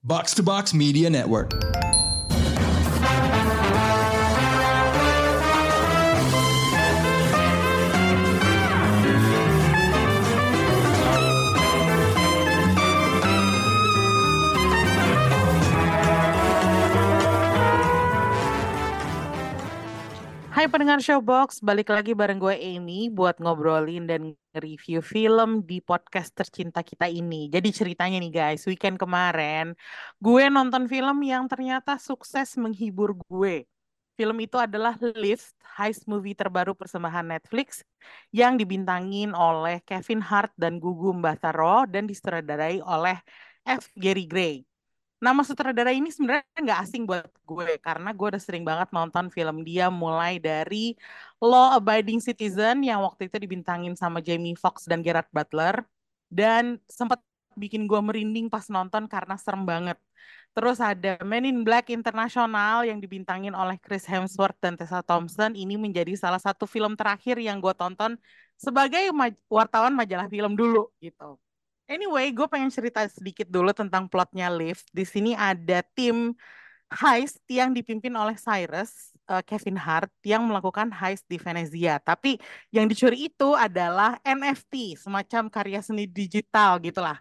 Box to Box Media Network. Hai pendengar Showbox, balik lagi bareng gue Amy buat ngobrolin dan nge-review film di podcast tercinta kita ini. Jadi ceritanya nih guys, weekend kemarin gue nonton film yang ternyata sukses menghibur gue. Film itu adalah Lift, heist movie terbaru persembahan Netflix yang dibintangin oleh Kevin Hart dan Gugum Bataro dan disutradarai oleh F. Gary Gray. Nama sutradara ini sebenarnya nggak asing buat gue karena gue udah sering banget nonton film dia mulai dari Law Abiding Citizen yang waktu itu dibintangin sama Jamie Foxx dan Gerard Butler dan sempat bikin gue merinding pas nonton karena serem banget. Terus ada Men in Black International yang dibintangin oleh Chris Hemsworth dan Tessa Thompson. Ini menjadi salah satu film terakhir yang gue tonton sebagai wartawan majalah film dulu gitu. Anyway, gue pengen cerita sedikit dulu tentang plotnya Lift. Di sini ada tim heist yang dipimpin oleh Cyrus, Kevin Hart, yang melakukan heist di Venezia. Tapi yang dicuri itu adalah NFT, semacam karya seni digital gitulah.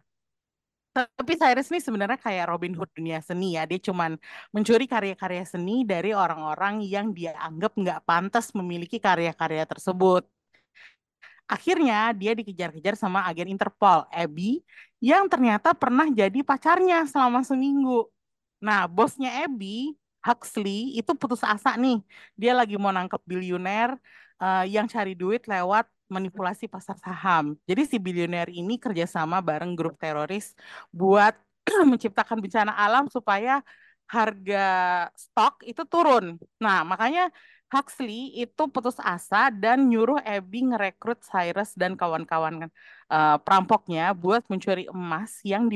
Tapi Cyrus ini sebenarnya kayak Robin Hood dunia seni ya. Dia cuman mencuri karya-karya seni dari orang-orang yang dia anggap nggak pantas memiliki karya-karya tersebut. Akhirnya dia dikejar-kejar sama agen Interpol, Abby, yang ternyata pernah jadi pacarnya selama seminggu. Nah, bosnya Abby, Huxley, itu putus asa nih. Dia lagi mau nangkep bilioner yang cari duit lewat manipulasi pasar saham. Jadi si bilioner ini kerjasama bareng grup teroris buat menciptakan bencana alam supaya harga stok itu turun. Nah, makanya Huxley itu putus asa dan nyuruh Abby ngerekrut Cyrus dan kawan-kawan perampoknya buat mencuri emas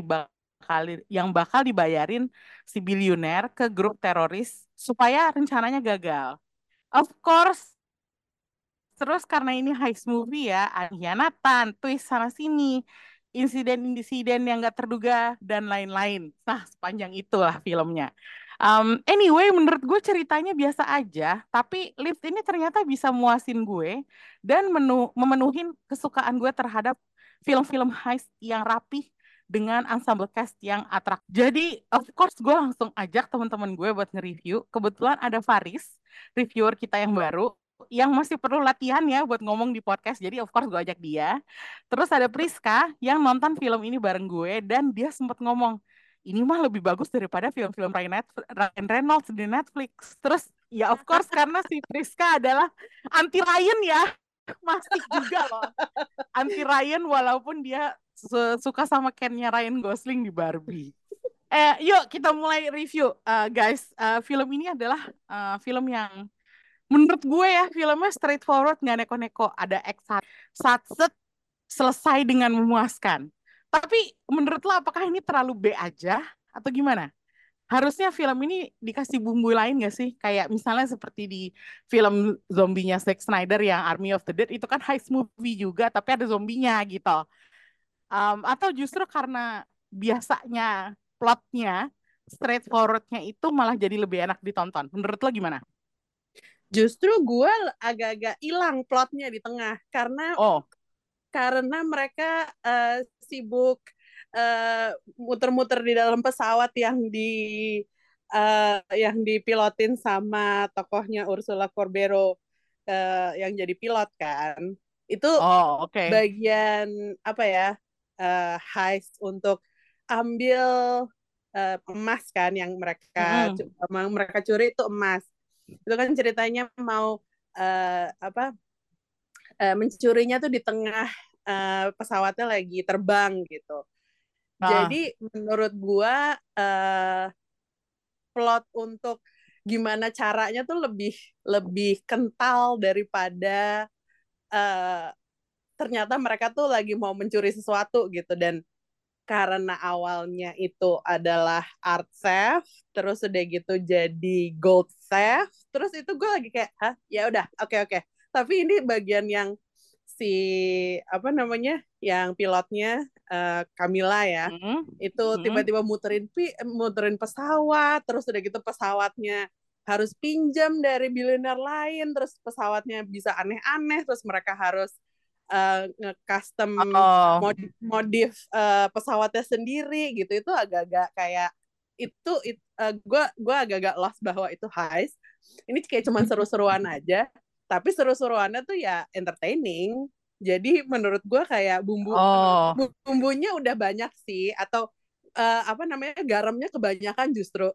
yang bakal dibayarin si bilioner ke grup teroris supaya rencananya gagal. Of course, terus karena ini heist movie ya, ada hianatan, twist sana sini, insiden-insiden yang gak terduga dan lain-lain. Nah, sepanjang itulah filmnya. Anyway, menurut gue ceritanya biasa aja, tapi Lift ini ternyata bisa muasin gue dan memenuhi kesukaan gue terhadap film-film heist yang rapih dengan ensemble cast yang atraktif. Jadi, of course, gue langsung ajak teman-teman gue buat nge-review. Kebetulan ada Faris, reviewer kita yang baru, yang masih perlu latihan ya buat ngomong di podcast. Jadi of course gue ajak dia. Terus ada Priska yang nonton film ini bareng gue dan dia sempat ngomong, ini mah lebih bagus daripada film-film Ryan Reynolds di Netflix. Terus ya of course karena si Priska adalah anti Ryan ya. Masih juga loh. Anti Ryan walaupun dia suka sama Ken-nya Ryan Gosling di Barbie. Yuk kita mulai review. Guys, film ini adalah film yang menurut gue ya filmnya straightforward, nggak neko-neko, ada action satset selesai dengan memuaskan. Tapi menurut lo apakah ini terlalu B aja atau gimana? Harusnya film ini dikasih bumbu lain nggak sih? Kayak misalnya seperti di film zombinya Zack Snyder yang Army of the Dead itu kan heist movie juga tapi ada zombinya gitu. Atau justru karena biasanya plotnya straightforwardnya itu malah jadi lebih enak ditonton. Menurut lo gimana? Justru gue agak-agak hilang plotnya di tengah Oh, karena mereka sibuk muter-muter di dalam pesawat yang dipilotin sama tokohnya Ursula Corbero yang jadi pilot kan. Itu oh, oke. bagian apa ya, heist untuk ambil emas kan yang Mm-mm. mereka curi itu emas. Itu kan ceritanya mau apa, mencurinya tuh di tengah pesawatnya lagi terbang gitu. Ah, Jadi menurut gua plot untuk gimana caranya tuh lebih lebih kental daripada eh, ternyata mereka tuh lagi mau mencuri sesuatu gitu. Dan karena awalnya itu adalah art theft, terus udah gitu jadi gold theft, terus itu gue lagi kayak, hah, ya udah, oke oke. Tapi ini bagian yang si apa namanya yang pilotnya Camilla ya, Mm-mm. itu Mm-mm. tiba-tiba muterin pesawat, terus udah gitu pesawatnya harus pinjam dari bilioner lain, terus pesawatnya bisa aneh-aneh, terus mereka harus nge-custom Oh, modif pesawatnya sendiri gitu. Itu agak-agak kayak gue agak-agak lost bahwa itu heist. Ini kayak cuman seru-seruan aja, tapi seru-seruannya tuh ya entertaining. Jadi menurut gue kayak oh, bumbunya udah banyak sih, atau apa namanya, garamnya kebanyakan justru.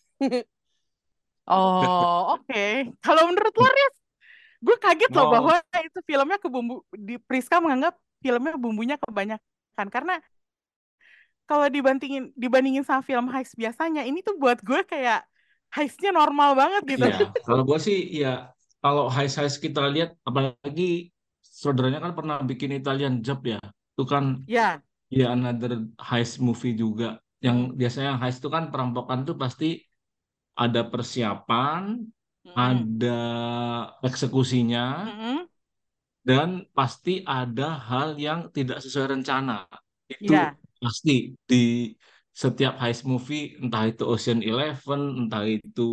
oh, oke. Kalau menurut lo, Riz, gue kaget loh Oh, bahwa itu filmnya di Priska menganggap filmnya bumbunya kebanyakan karena kalau dibandingin sama film heist biasanya, ini tuh buat gue kayak heistnya normal banget gitu. iya. Kalau gue sih, ya kalau heist-heist kita lihat, apalagi saudaranya kan pernah bikin Italian Job ya. Itu kan Ya. ya another heist movie juga. Yang Mm-mm. biasanya heist itu kan perampokan tuh pasti ada persiapan, Mm-mm. ada eksekusinya, Mm-mm. dan pasti ada hal yang tidak sesuai rencana. Itu Ya. pasti di setiap heist movie, entah itu Ocean Eleven, entah itu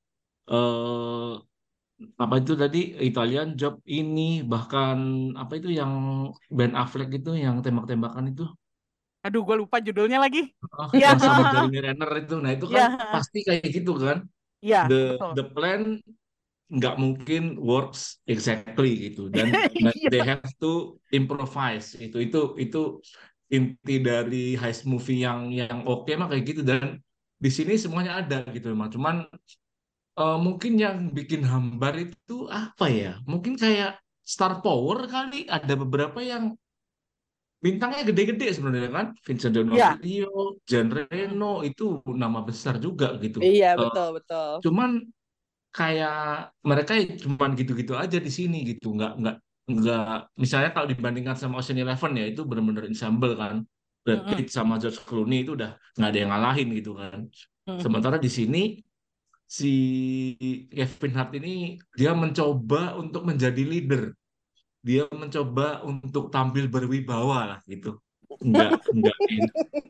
eh, apa itu tadi Italian Job ini, bahkan apa itu yang Ben Affleck itu yang tembak-tembakan itu, Aduh, gue lupa judulnya lagi. Ya. yang sama Jeremy Renner itu. Nah, itu kan Ya. pasti kayak gitu kan. Ya, The betul. the plan nggak mungkin works exactly gitu, dan they Iya. have to improvise. Itu inti dari heist movie yang oke mah kayak gitu, dan di sini semuanya ada gitu mah. Cuman mungkin yang bikin hambar itu apa ya? Mungkin kayak star power kali, ada beberapa yang bintangnya gede-gede sebenarnya kan. Vincent Ya. D'Onofrio, Jean Mm. Reno itu nama besar juga gitu. Iya, Eh, betul betul. cuman kayak mereka cuman gitu-gitu aja di sini gitu, nggak misalnya kalau dibandingkan sama Ocean Eleven ya itu benar-benar ensemble kan. Brad Mm-mm. Pitt sama George Clooney itu udah nggak ada yang ngalahin gitu kan. Mm. Sementara di sini si Kevin Hart ini dia mencoba untuk menjadi leader, dia mencoba untuk tampil berwibawa lah gitu, nggak ini.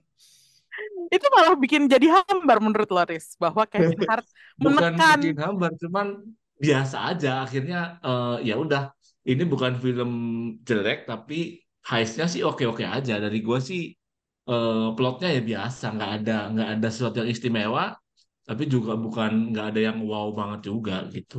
Itu malah bikin jadi hambar menurut Loris bahwa Kevin Hart Bukan menekan. bikin hambar, cuman biasa aja akhirnya. Ya udah, ini bukan film jelek tapi heistnya sih oke-oke aja dari gua sih. Plotnya ya biasa, nggak ada sesuatu yang istimewa, tapi juga bukan nggak ada yang wow banget juga gitu.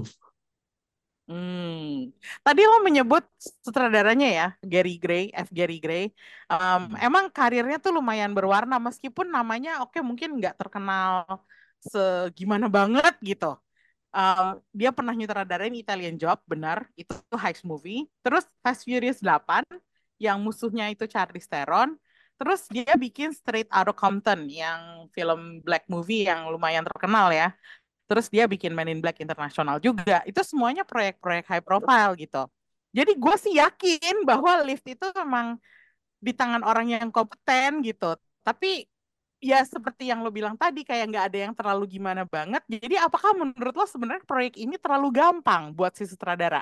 Hmm. Tadi lo menyebut sutradaranya ya, Gary Gray, F. Gary Gray. Emang karirnya tuh lumayan berwarna meskipun namanya oke mungkin nggak terkenal segimana banget gitu. Dia pernah nyutradarain Italian Job, benar, itu heist movie. Terus Fast Furious 8 yang musuhnya itu Charlize Theron. Terus dia bikin Straight Outta Compton yang film black movie yang lumayan terkenal ya. Terus dia bikin Men in Black International juga. Itu semuanya proyek-proyek high profile gitu. Jadi gue sih yakin bahwa Lift itu memang di tangan orang yang kompeten gitu. Tapi ya seperti yang lo bilang tadi kayak nggak ada yang terlalu gimana banget. Jadi apakah menurut lo sebenarnya proyek ini terlalu gampang buat si sutradara?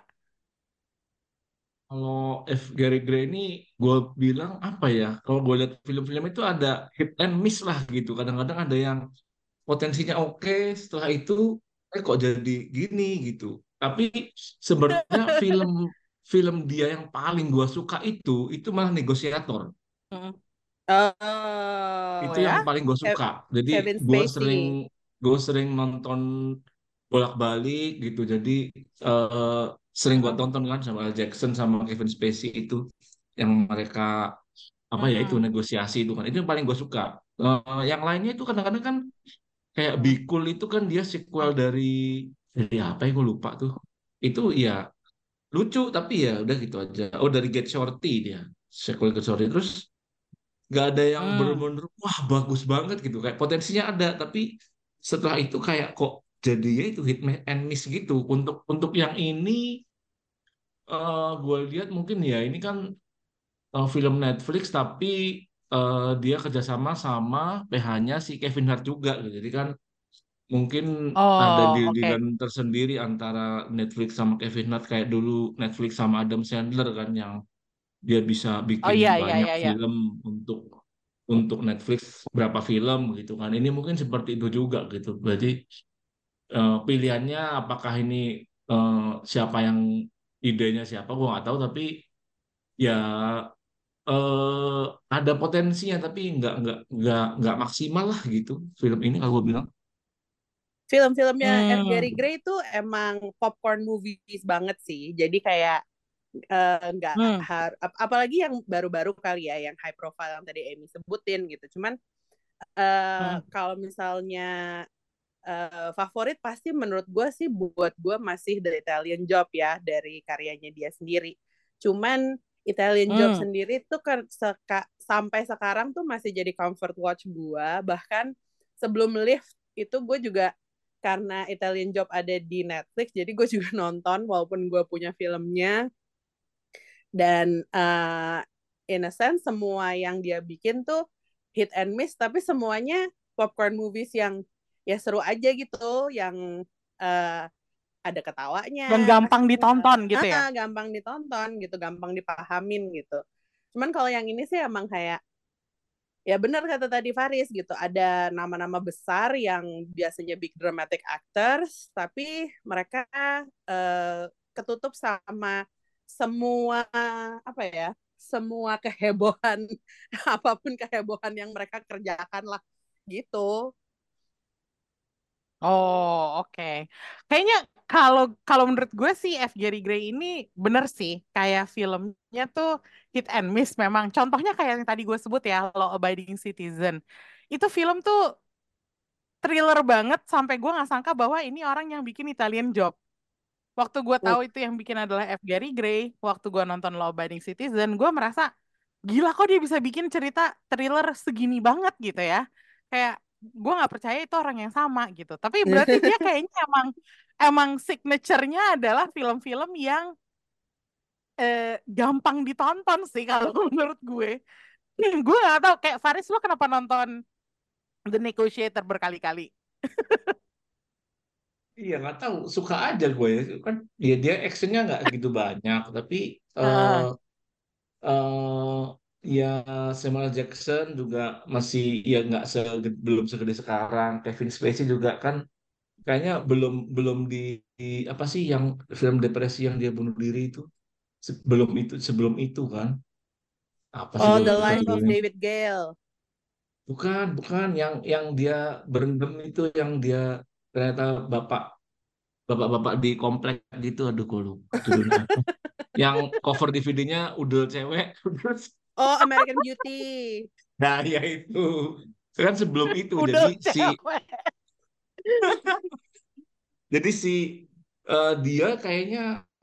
Kalau F. Gary Gray ini gue bilang apa ya? Kalau gue lihat film-film itu ada hit and miss lah gitu. Kadang-kadang ada yang potensinya oke, setelah itu kok jadi gini gitu. Tapi sebenarnya film film dia yang paling gue suka itu malah Negosiator. Mm. Oh Itu yang ya, paling gue suka. Jadi Kevin gue sering Spacey. gue sering nonton bolak-balik gitu. Jadi eh, sering gue Mm-mm. tonton kan sama Al Jackson sama Kevin Spacey itu, yang mereka apa ya itu Mm-mm. negosiasi itu kan. Itu yang paling gue suka. Yang lainnya itu kadang-kadang kan kayak Be Mm. Cool itu kan dia sequel dari apa ya gue lupa tuh. Itu ya lucu tapi ya udah gitu aja. Oh, dari Get Shorty dia sequel Get Shorty. Terus nggak ada yang Mm. bener-bener wah bagus banget gitu, kayak potensinya ada tapi setelah itu kayak kok jadinya itu hit and miss gitu. Untuk yang ini gue lihat mungkin ya ini kan film Netflix tapi dia kerjasama sama PH-nya si Kevin Hart juga gitu. Jadi kan mungkin ada Oh, oke. deal-dealan tersendiri antara Netflix sama Kevin Hart, kayak dulu Netflix sama Adam Sandler kan, yang dia bisa Oh bikin iya iya banyak iya iya. film untuk Netflix, berapa film gitu kan. Ini mungkin seperti itu juga gitu. Berarti pilihannya apakah ini siapa yang idenya siapa gue nggak tahu, tapi ya eh ada potensinya tapi nggak maksimal lah gitu film ini kalau gue bilang. Film-filmnya F. Hmm. Gary Gray itu emang popcorn movies banget sih. Jadi kayak nggak Hmm. apalagi yang baru-baru kali ya, yang high profile yang tadi Amy sebutin gitu. Cuman Hmm. kalau misalnya favorit pasti menurut gue sih, buat gue masih The Italian Job ya, dari karyanya dia sendiri. Cuman Italian Job Hmm. sendiri tuh kan sampai sekarang tuh masih jadi comfort watch gue. Bahkan sebelum Lift itu gue juga, karena Italian Job ada di Netflix, jadi gue juga nonton walaupun gue punya filmnya. Dan in a sense semua yang dia bikin tuh hit and miss, tapi semuanya popcorn movies yang ya seru aja gitu, yang uh, ada Yang ketawanya gampang ditonton gitu ya. gampang ditonton gitu, gampang dipahamin gitu. Cuman kalau yang ini sih emang kayak, ya benar kata tadi Faris gitu, ada nama-nama besar yang biasanya big dramatic actors, tapi mereka ketutup sama semua, apa ya, semua kehebohan apapun kehebohan yang mereka kerjakan lah gitu. Oh, oke. Kayaknya kalau kalau menurut gue sih F. Gary Gray ini bener sih, kayak filmnya tuh hit and miss memang. Contohnya kayak yang tadi gue sebut ya, Law Abiding Citizen. Itu film tuh thriller banget sampai gue nggak sangka bahwa ini orang yang bikin Italian Job. Waktu gue Uh, tahu itu yang bikin adalah F. Gary Gray, waktu gue nonton Law Abiding Citizen, gue merasa gila kok dia bisa bikin cerita thriller segini banget gitu ya. Kayak gue nggak percaya itu orang yang sama gitu. Tapi berarti dia kayaknya emang emang signature-nya adalah film-film yang gampang ditonton sih kalau menurut gue. Gue nggak tahu kayak Faris, lo kenapa nonton The Negotiator berkali-kali? Iya nggak tahu, suka aja gue ya kan. Dia actionnya nggak gitu banyak tapi eh Heeh. eh ya Samuel Jackson juga masih, ya nggak belum segede sekarang. Kevin Spacey juga kan kayaknya belum belum apa sih yang film depresi yang dia bunuh diri itu, sebelum itu kan, apa sih oh, gue The lupa Life of judulnya. David Gale. Bukan yang dia berendam itu, yang dia ternyata bapak bapak-bapak di komplek gitu, aduh gue lupa judulnya apa, yang cover DVD-nya udah cewek terus. Oh, American Beauty. Nah ya itu kan sebelum itu, Udah cewek. jadi si dia kayaknya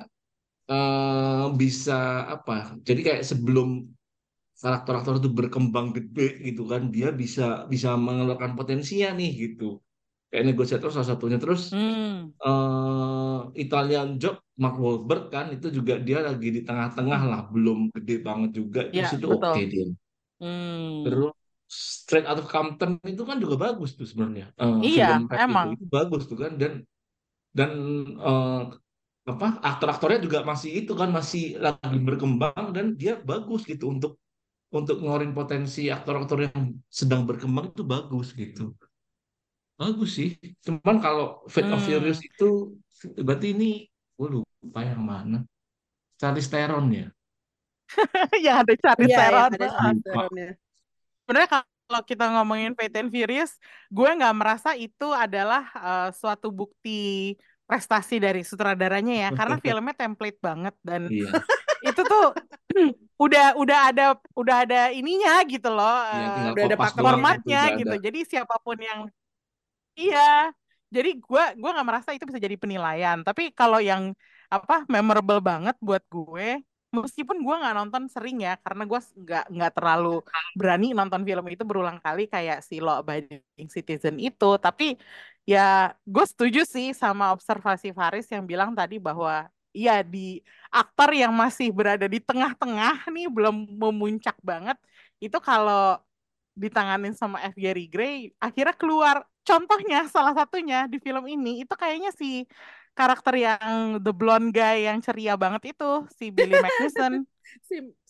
bisa apa, jadi kayak sebelum karakter-karakter itu berkembang gede gitu kan, dia bisa bisa mengeluarkan potensinya nih gitu, kayak negosiator salah satunya. Terus Hmm. Italian Job, Mark Wahlberg kan itu juga dia lagi di tengah-tengah lah, belum gede banget juga, Ya, terus itu betul. oke dia. Hmm. Terus Straight Outta Compton itu kan juga bagus tuh sebenarnya. Iya, Film rap itu emang. bagus tuh kan, dan eh, apa, aktor-aktornya juga masih itu kan, masih lagi berkembang, dan dia bagus gitu untuk ngeluarin potensi aktor-aktor yang sedang berkembang, itu bagus gitu. Bagus sih. Cuman kalau Fate of Furious Hmm. itu berarti ini gue lupa yang mana. Charlize Theron ya. Yang ada Charlize Iya, yang Theron. ada Charlize Lupa. Theron-nya. Sebenarnya kalau kita ngomongin Fate and Furious, gue nggak merasa itu adalah suatu bukti prestasi dari sutradaranya ya, karena filmnya template banget dan Iya. itu tuh udah ada ininya gitu loh, Iya, tinggal Udah ada kopas doang pakemnya. gitu, formatnya udah gitu. ada. Jadi siapapun yang iya, jadi gue nggak merasa itu bisa jadi penilaian. Tapi kalau yang apa memorable banget buat gue, meskipun gue nggak nonton sering ya, karena gue nggak terlalu berani nonton film itu berulang kali kayak si Law Abiding Citizen itu. Tapi ya gue setuju sih sama observasi Faris yang bilang tadi bahwa iya di aktor yang masih berada di tengah-tengah nih belum memuncak banget itu kalau ditanganin sama F. Gary Gray, akhirnya keluar. Contohnya, salah satunya di film ini, itu kayaknya si karakter yang the blonde guy yang ceria banget itu, si Billy Magnussen. si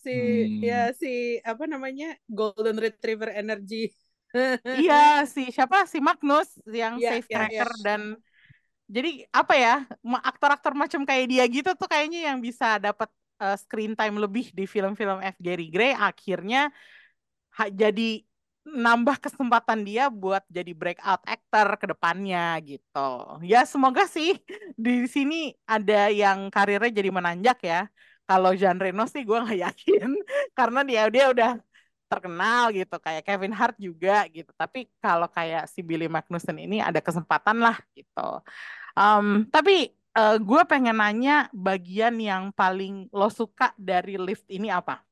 Hmm. si apa namanya Golden Retriever Energy. Iya, siapa si Magnus yang Ya, safe ya, ya. cracker dan jadi apa ya, aktor-aktor macam kayak dia gitu tuh kayaknya yang bisa dapat screen time lebih di film-film F. Gary Gray akhirnya jadi nambah kesempatan dia buat jadi breakout actor ke depannya gitu. Ya semoga sih di sini ada yang karirnya jadi menanjak ya. Kalau Jean Reno sih gue nggak yakin karena dia udah terkenal gitu kayak Kevin Hart juga gitu. Tapi kalau kayak si Billy Magnussen ini ada kesempatan lah gitu. Tapi gue pengen nanya bagian yang paling lo suka dari Lift ini apa?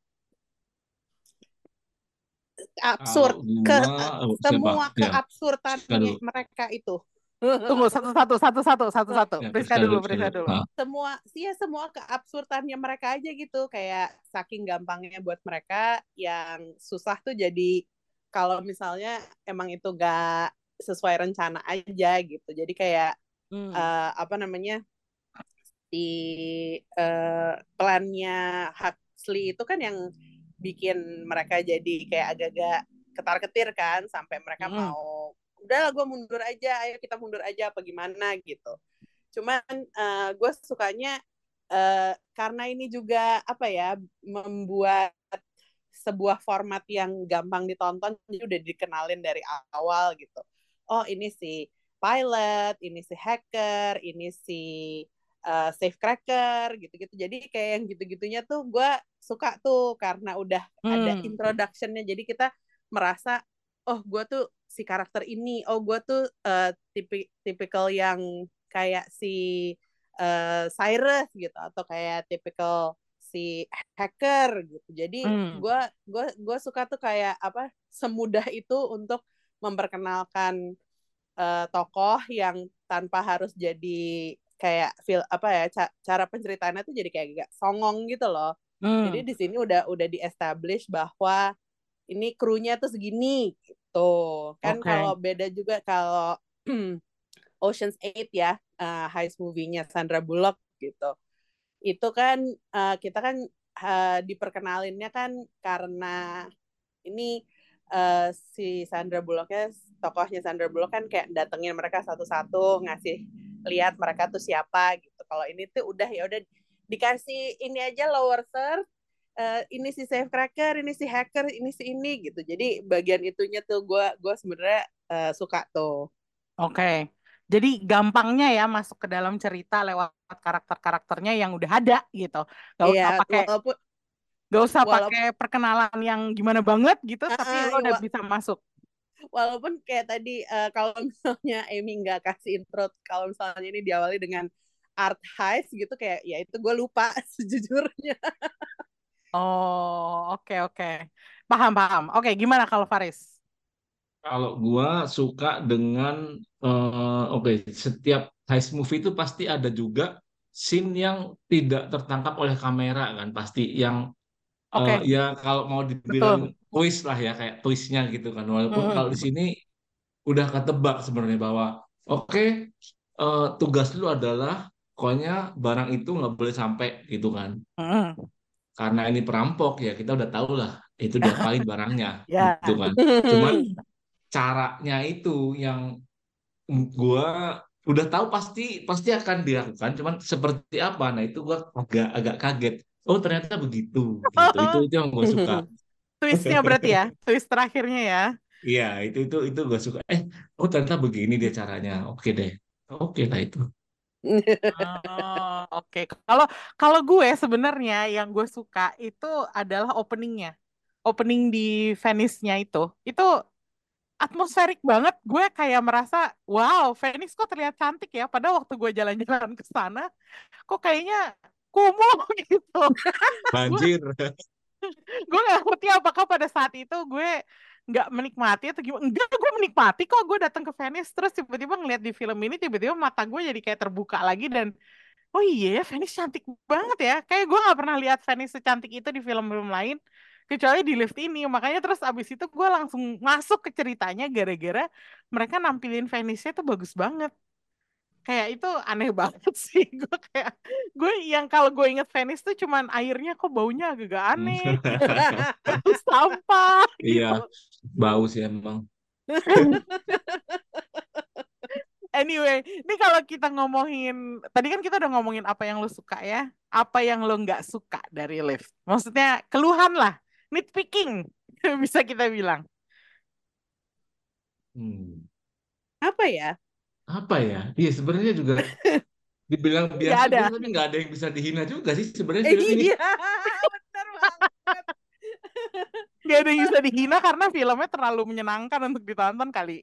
Absurd Kalau ke gua siapa? semua Ya, Priska keabsurdannya dulu. mereka itu. Tunggu satu-satu. Ya, Priska Priska Priska dulu. dulu. Nah, Semua keabsurdannya mereka aja gitu, kayak saking gampangnya buat mereka yang susah tuh jadi kalau misalnya emang itu gak sesuai rencana aja gitu. Jadi kayak Hmm. apa namanya di plannya Huxley itu kan yang bikin mereka jadi kayak agak-agak ketar-ketir kan sampai mereka Hmm. mau udahlah gue mundur aja, ayo kita mundur aja apa gimana gitu. Cuman gue sukanya karena ini juga apa ya membuat sebuah format yang gampang ditonton jadi udah dikenalin dari awal gitu. Oh ini si pilot, ini si hacker, ini si safecracker gitu-gitu. Jadi kayak yang gitu-gitunya tuh gue suka tuh karena udah ada Hmm. introductionnya. Jadi kita merasa oh gue tuh si karakter ini, oh gue tuh tipikal yang kayak si Cyrus gitu atau kayak tipikal si hacker gitu. Jadi Hmm. gue suka tuh kayak apa semudah itu untuk memperkenalkan tokoh yang tanpa harus jadi kayak feel apa ya cara penceritaannya tuh jadi kayak gak songong gitu loh. Jadi Hmm. di sini udah di establish bahwa ini krunya tuh segini gitu. Kan Oke. kalau beda juga kalau Ocean's 8 ya, heist movie-nya Sandra Bullock gitu. Itu kan kita kan diperkenalinnya kan karena ini si Sandra Bullocknya tokohnya Sandra Bullock kan kayak datengin mereka satu-satu ngasih lihat mereka tuh siapa gitu. Kalau ini tuh udah dikasih ini aja lower third, ini si safecracker, ini si hacker, ini si ini gitu. Jadi bagian itunya tuh gue sebenarnya suka tuh. Oke. Jadi gampangnya ya masuk ke dalam cerita lewat karakter-karakternya yang udah ada gitu. Gak Iya, usah pakai walaupun gak usah pakai walaupun perkenalan yang gimana banget gitu, tapi lo ya, udah bisa masuk. walaupun kayak tadi kalau misalnya Amy nggak kasih intro, kalau misalnya ini diawali dengan art heist gitu kayak ya itu gue lupa sejujurnya. Oh, oke. Paham. Oke, gimana kalau Faris? kalau gua suka dengan oke, setiap heist movie itu pasti ada juga scene yang tidak tertangkap oleh kamera kan, pasti yang Oke, ya kalau mau dibilang betul. twist lah ya kayak twistnya gitu kan. Walaupun kalau di Mm-mm. sini udah ketebak sebenarnya bahwa oke, tugas lu adalah pokoknya barang itu nggak boleh sampai gitu kan. Mm-mm. Karena ini perampok ya kita udah tahu lah itu diapain barangnya Ya. gitu kan. Cuman caranya itu yang gua udah tahu pasti pasti akan dilakukan. Cuman seperti apa? Nah itu gua agak agak kaget. Oh ternyata begitu gitu. Itu yang gue suka. Twistnya berarti ya, twist terakhirnya ya. Iya, itu gue suka. Oh ternyata begini dia caranya. Oke deh. Oke lah itu. Oh, oke. Kalau kalau gue sebenarnya yang gue suka itu adalah openingnya, opening di Venice-nya itu atmosferik banget. Gue kayak merasa, wow, Venice kok terlihat cantik ya. Padahal waktu gue jalan-jalan ke sana, kok kayaknya kumuh gitu. Gue Banjir. gue nggak ngerti apakah pada saat itu gue nggak menikmati atau gimana. Enggak, gue menikmati kok. Gue datang ke Venice terus tiba-tiba ngeliat di film ini, tiba-tiba mata gue jadi kayak terbuka lagi dan oh iya ya, Venice cantik banget ya. Kayak gue nggak pernah lihat Venice secantik itu di film-film lain. Kecuali di Lift ini. Makanya terus abis itu gue langsung masuk ke ceritanya gara-gara mereka nampilin Venice-nya tuh bagus banget. kayak itu aneh banget sih. Gue yang kalau gue inget Venice tuh cuman airnya kok baunya agak aneh, terus sampah Iya, gitu. bau sih emang. Anyway, ini kalau kita ngomongin, tadi kan kita udah ngomongin apa yang lo suka ya, apa yang lo nggak suka dari Lift. Maksudnya keluhan lah, nitpicking bisa kita bilang. Hmm. Apa ya? Apa ya? Iya sebenarnya juga dibilang Nggak biasa ada, biasa tapi nggak ada yang bisa dihina juga sih sebenarnya film ini. Iya, bener banget. nggak ada yang bisa dihina karena filmnya terlalu menyenangkan untuk ditonton kali.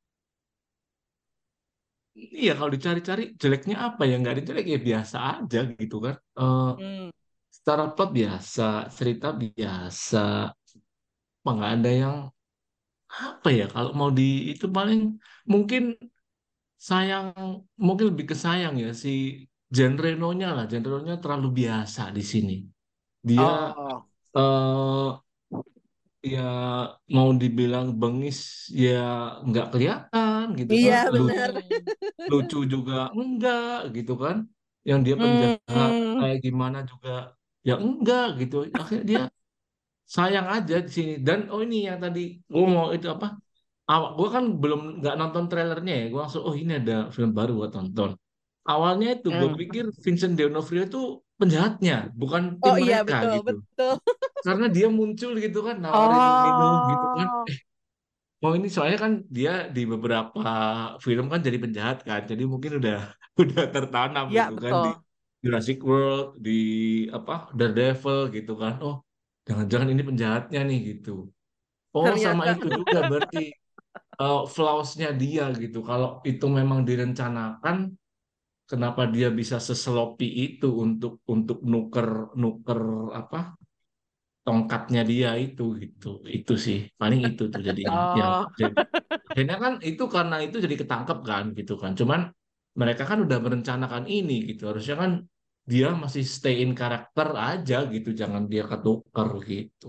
Iya kalau dicari-cari jeleknya apa ya nggak ada jelek ya biasa aja gitu kan. Hmm. Secara plot biasa, cerita biasa, apa nggak ada yang apa ya kalau mau di itu paling mungkin sayang mungkin lebih ke sayang ya si Jean Reno-nya lah Jean Reno-nya terlalu biasa di sini dia Oh, eh ya mau dibilang bengis ya nggak kelihatan gitu Iya, kan bener. hmm. lucu juga enggak gitu kan yang dia penjahat Hmm. kayak gimana juga ya enggak gitu akhirnya dia sayang aja di sini dan oh ini yang tadi gue mau itu apa awak gue kan belum nggak nonton trailernya ya gue langsung oh ini ada film baru gue tonton awalnya itu gue Hmm. pikir Vincent D'Onofrio itu penjahatnya bukan tim Oh iya, mereka betul, gitu betul. karena dia muncul gitu kan nawarin minum gitu kan Oh, oh ini soalnya kan dia di beberapa film kan jadi penjahat kan jadi mungkin udah udah tertanam ya gitu kan di betul. Jurassic World di apa Daredevil gitu kan oh jangan-jangan ini penjahatnya nih gitu oh sama Ternyata itu juga berarti flaws-nya dia gitu. Kalau itu memang direncanakan, kenapa dia bisa seselopi itu untuk nuker nuker apa tongkatnya dia itu gitu. Itu sih paling itu tuh jadi yang Oh, jadi akhirnya kan itu karena itu jadi ketangkep kan gitu kan. Cuman mereka kan udah merencanakan ini gitu. Harusnya kan dia masih stay in karakter aja gitu, jangan dia ketuker gitu.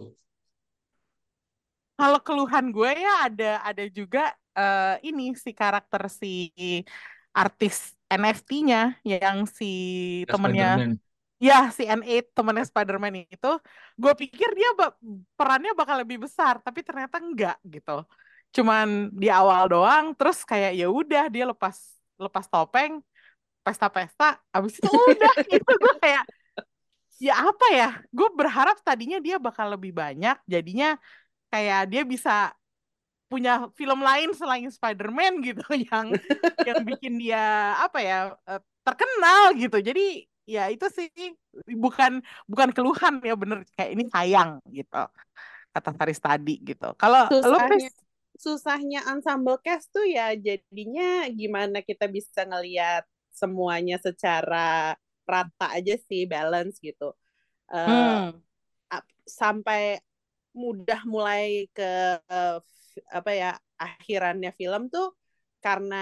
kalau keluhan gue ya ada juga ini si karakter si artis NFT-nya yang si Ya, temennya Spider-Man. ya si N8 temennya Spider-Man itu gue pikir dia perannya bakal lebih besar tapi ternyata enggak gitu. Cuman di awal doang terus kayak ya udah dia lepas lepas topeng pesta-pesta abis itu udah gitu gue kayak ya apa ya gue berharap tadinya dia bakal lebih banyak jadinya kayak dia bisa punya film lain selain Spider-Man gitu yang bikin dia apa ya terkenal gitu. Jadi ya itu sih bukan bukan keluhan ya bener kayak ini sayang gitu kata Faris tadi gitu. Kalau lo Pris, susahnya susahnya ensemble cast tuh ya jadinya gimana kita bisa ngelihat semuanya secara rata aja sih, balance gitu. Eh, hmm, Sampai mudah mulai ke apa ya akhirannya film tuh karena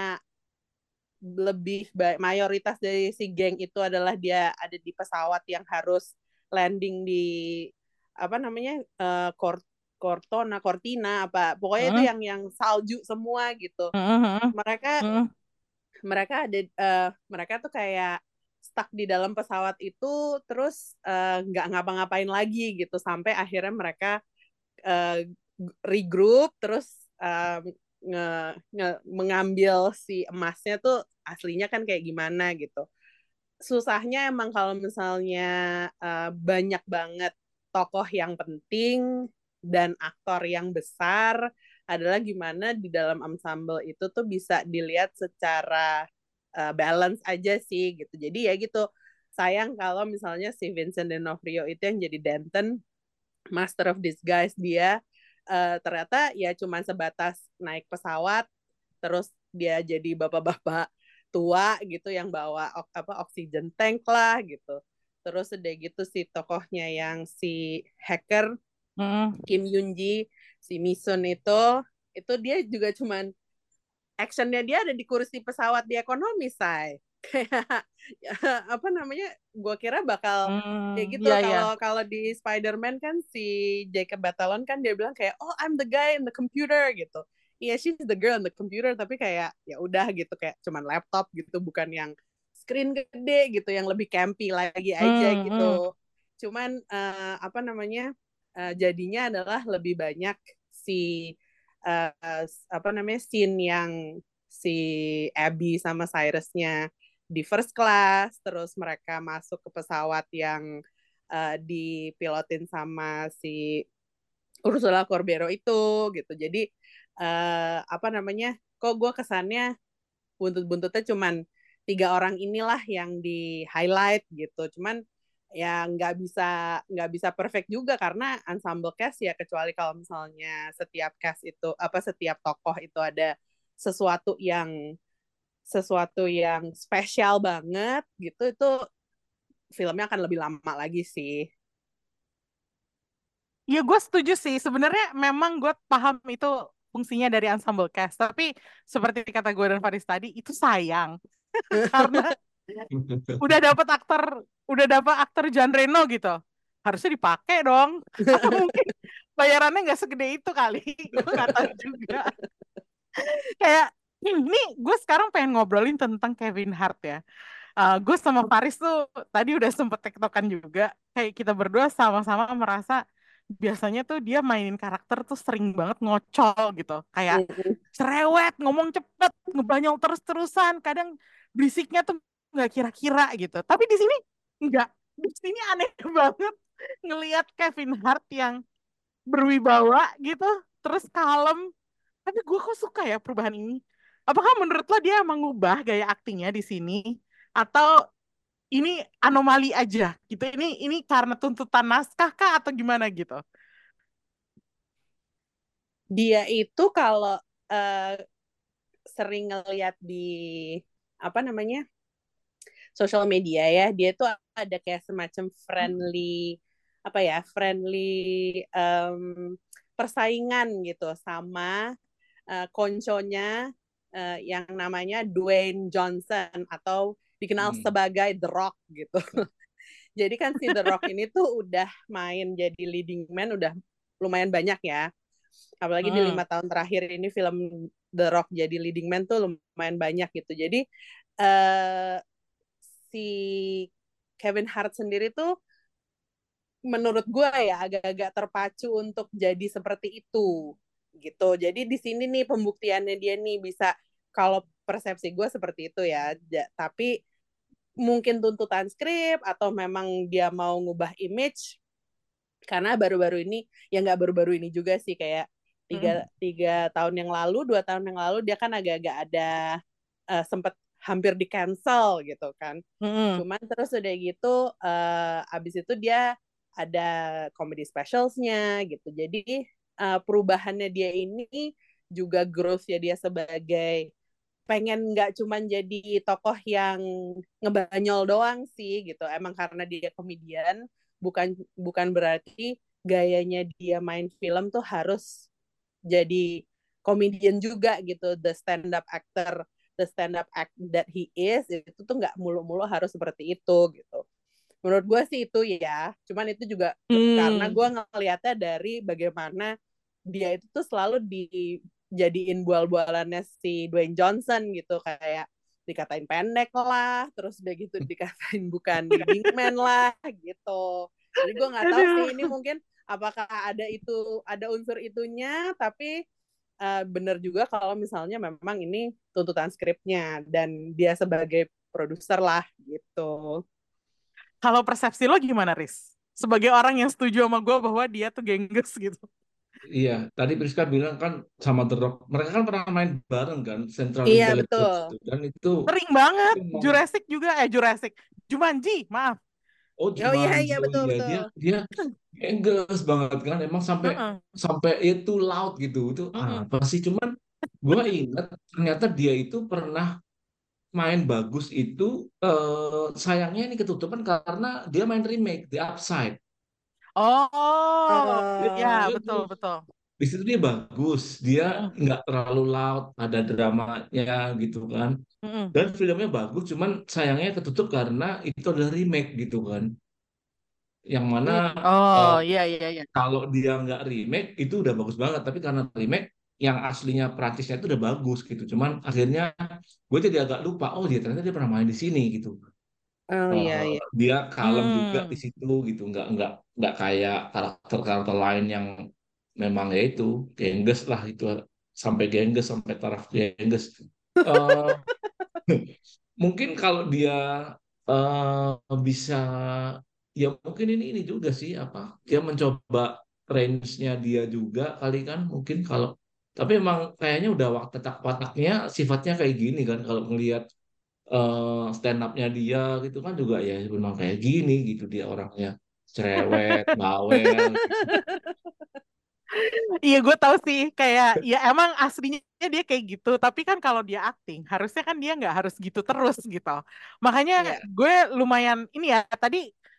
mayoritas dari si geng itu adalah dia ada di pesawat yang harus landing di apa namanya Cortina apa pokoknya itu hmm, yang salju semua gitu. hmm, hmm, Mereka hmm, mereka ada mereka tuh kayak stuck di dalam pesawat itu terus nggak ngapa-ngapain lagi gitu sampai akhirnya mereka uh, regroup terus mengambil si emasnya tuh aslinya kan kayak gimana gitu. Susahnya emang kalau misalnya banyak banget tokoh yang penting dan aktor yang besar adalah gimana di dalam ensemble itu tuh bisa dilihat secara balance aja sih gitu. Jadi ya gitu. Sayang kalau misalnya si Vincent D'Onofrio itu yang jadi Denton, Master of Disguise dia ternyata ya cuma sebatas naik pesawat terus dia jadi bapak-bapak tua gitu yang bawa apa oxygen tank lah gitu. Terus udah gitu si tokohnya yang si hacker hmm. Kim Yoon Ji, si Misun itu dia juga cuman actionnya dia ada di kursi pesawat di ekonomi say kayak apa namanya gue kira bakal kayak gitu Ya kalau ya. kalau di Spider-Man kan si Jacob Batalon kan dia bilang kayak oh I'm the guy in the computer gitu iya she's the girl on the computer, tapi kayak ya udah gitu, kayak cuman laptop gitu, bukan yang screen gede gitu, yang lebih campy lagi aja Hmm. gitu. Cuman apa namanya, jadinya adalah lebih banyak si apa namanya, scene yang si Abby sama Cyrusnya di first class, terus mereka masuk ke pesawat yang dipilotin sama si Ursula Corbero itu gitu. Jadi apa namanya, kok gue kesannya buntut-buntutnya cuman 3 orang inilah yang di highlight gitu. Cuman ya nggak bisa perfect juga karena ensemble cast ya, kecuali kalau misalnya setiap cast itu apa, setiap tokoh itu ada sesuatu yang spesial banget gitu, itu filmnya akan lebih lama lagi sih. Ya gue setuju sih. Sebenarnya memang gue paham itu fungsinya dari ensemble cast. Tapi seperti kata gue dan Faris tadi, itu sayang. Karena udah dapat aktor John Reno gitu. Harusnya dipakai dong. Atau mungkin bayarannya nggak segede itu kali. Gue nggak tahu juga. Kayak ini gue sekarang pengen ngobrolin tentang Kevin Hart ya. Gue sama Faris tuh tadi udah sempet tektokan juga. Kayak kita berdua sama-sama merasa biasanya tuh dia mainin karakter tuh sering banget ngocol gitu. Kayak cerewet, ngomong cepet, ngebanyol terus-terusan. Kadang berisiknya tuh nggak kira-kira gitu. Tapi di sini nggak. Di sini aneh banget ngelihat Kevin Hart yang berwibawa gitu, terus kalem. Tapi gue kok suka ya perubahan ini. Apakah menurut lo dia emang ngubah gaya aktingnya di sini? Atau ini anomali aja gitu? Ini karena tuntutan naskah kah atau gimana gitu? Dia itu kalau eh, sering ngeliat di apa namanya, social media ya, dia tuh ada kayak semacam friendly, apa ya, friendly persaingan gitu sama konconya yang namanya Dwayne Johnson, atau dikenal Hmm. sebagai The Rock gitu. Jadi kan si The Rock ini tuh udah main jadi leading man udah lumayan banyak ya. Apalagi di Hmm. 5 tahun terakhir ini film The Rock jadi leading man tuh lumayan banyak gitu. Jadi uh, si Kevin Hart sendiri tuh menurut gue ya agak-agak terpacu untuk jadi seperti itu gitu. Jadi di sini nih pembuktiannya dia nih bisa, kalau persepsi gue seperti itu ya. Tapi mungkin tuntutan skrip atau memang dia mau ngubah image, karena baru-baru ini, ya nggak baru-baru ini juga sih, kayak Hmm. tiga tahun yang lalu, 2 tahun yang lalu dia kan agak-agak ada sempet hampir di cancel gitu kan. Hmm. Cuman terus udah gitu abis itu dia ada comedy specialsnya gitu. Jadi perubahannya dia ini juga growth ya dia sebagai pengen nggak cuman jadi tokoh yang ngebanyol doang sih gitu. Emang karena dia komedian, bukan bukan berarti gayanya dia main film tuh harus jadi komedian juga gitu. The stand up act that he is itu tuh nggak mulu-mulu harus seperti itu gitu. Menurut gue sih itu ya. Cuman itu juga karena Hmm. gue ngelihatnya dari bagaimana dia itu tuh selalu dijadiin bual-bualannya si Dwayne Johnson gitu, kayak dikatain pendek lah, terus udah gitu dikatain bukan leading man lah gitu. Jadi gue nggak tahu sih ini Aduh. mungkin apakah ada unsur itunya, tapi bener juga kalau misalnya memang ini tuntutan skripnya dan dia sebagai produser lah gitu. Kalau persepsi lo gimana, Riz? Sebagai orang yang setuju sama gue bahwa dia tuh gengges gitu. Iya, tadi Priska bilang kan sama The Rock, mereka kan pernah main bareng kan, Central Iya Intelligence betul. itu, dan itu Sering banget. memang, Jurassic juga, Jurassic. Jumanji, maaf. oh Oh iya Jumanji, iya oh betul iya betul. dia dia engges banget kan, emang sampai Heeh. sampai itu loud gitu, itu Heeh. apa sih? Cuman gue ingat ternyata dia itu pernah main bagus itu, sayangnya ini ketutupan karena dia main remake The Upside. Oh, Dia, ya Oh. dia betul tuh betul. di situ dia bagus, dia Heeh. nggak terlalu loud, ada dramanya gitu kan, Heeh. dan filmnya bagus, cuman sayangnya ketutup karena itu adalah remake gitu kan, yang mana Oh, eh, iya iya iya. kalau dia nggak remake itu udah bagus banget, tapi karena remake yang aslinya Prancisnya itu udah bagus gitu. Cuman akhirnya gue jadi agak lupa, oh dia ternyata dia pernah main di sini gitu. Oh iya iya. Dia kalem juga di Hmm. situ gitu, nggak kayak karakter-karakter lain yang memang ya itu gengges lah itu, sampai gengges sampai taraf gengges. Eh, Mungkin kalau dia bisa, ya mungkin ini juga sih apa, dia mencoba range-nya dia juga kali kan mungkin kalau, tapi emang kayaknya udah wataknya sifatnya kayak gini kan kalau ngelihat stand up-nya dia gitu kan juga ya memang kayak gini gitu dia orangnya, cerewet, bawel gitu. Iya gue tahu sih kayak ya emang aslinya dia kayak gitu tapi kan kalau dia acting harusnya kan dia nggak harus gitu terus gitu makanya Iya. gue lumayan ini ya tadi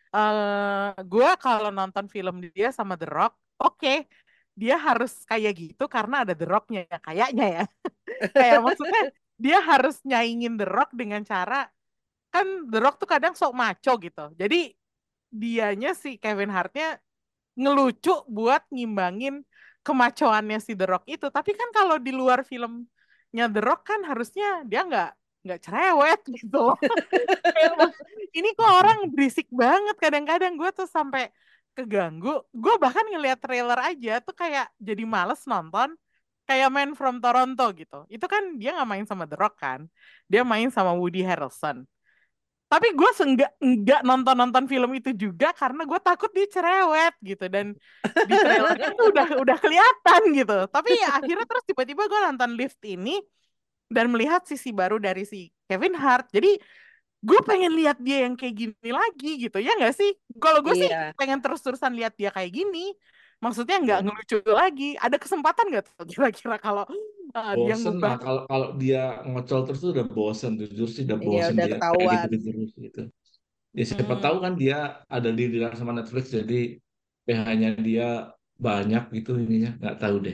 gue kalau nonton film dia sama The Rock oke dia harus kayak gitu karena ada The Rock-nya ya kayaknya ya kayak maksudnya dia harus nyaingin The Rock dengan cara kan The Rock tuh kadang sok maco gitu jadi dianya si Kevin Hart-nya ngelucu buat ngimbangin kemacoannya si The Rock itu. Tapi kan kalau di luar filmnya The Rock kan harusnya dia nggak cerewet gitu. Kayak, ini kok orang berisik banget kadang-kadang gue tuh sampai keganggu. Gue bahkan ngeliat trailer aja tuh kayak jadi males nonton. Kayak Man from Toronto gitu. Itu kan dia nggak main sama The Rock kan. Dia main sama Woody Harrelson. Tapi gue enggak nonton-nonton film itu juga karena gue takut dia cerewet gitu dan di trailernya tuh udah kelihatan gitu. Tapi ya akhirnya terus tiba-tiba gue nonton Lift ini dan melihat sisi baru dari si Kevin Hart. Jadi gue pengen lihat dia yang kayak gini lagi gitu ya nggak sih? Kalau gue sih Iya. pengen terus-terusan lihat dia kayak gini. Maksudnya nggak Ya, ngelucu lagi. Ada kesempatan nggak tuh kira-kira kalau dia bosen ngubah? lah kalau kalau dia ngocol terus tuh udah bosen, jujur sih udah Iya bosen udah dia kayak gitu ketahuan. terus gitu. Ya siapa tahu Hmm, kan dia ada di deal sama Netflix jadi PH-nya dia banyak gitu ininya, nggak tahu deh.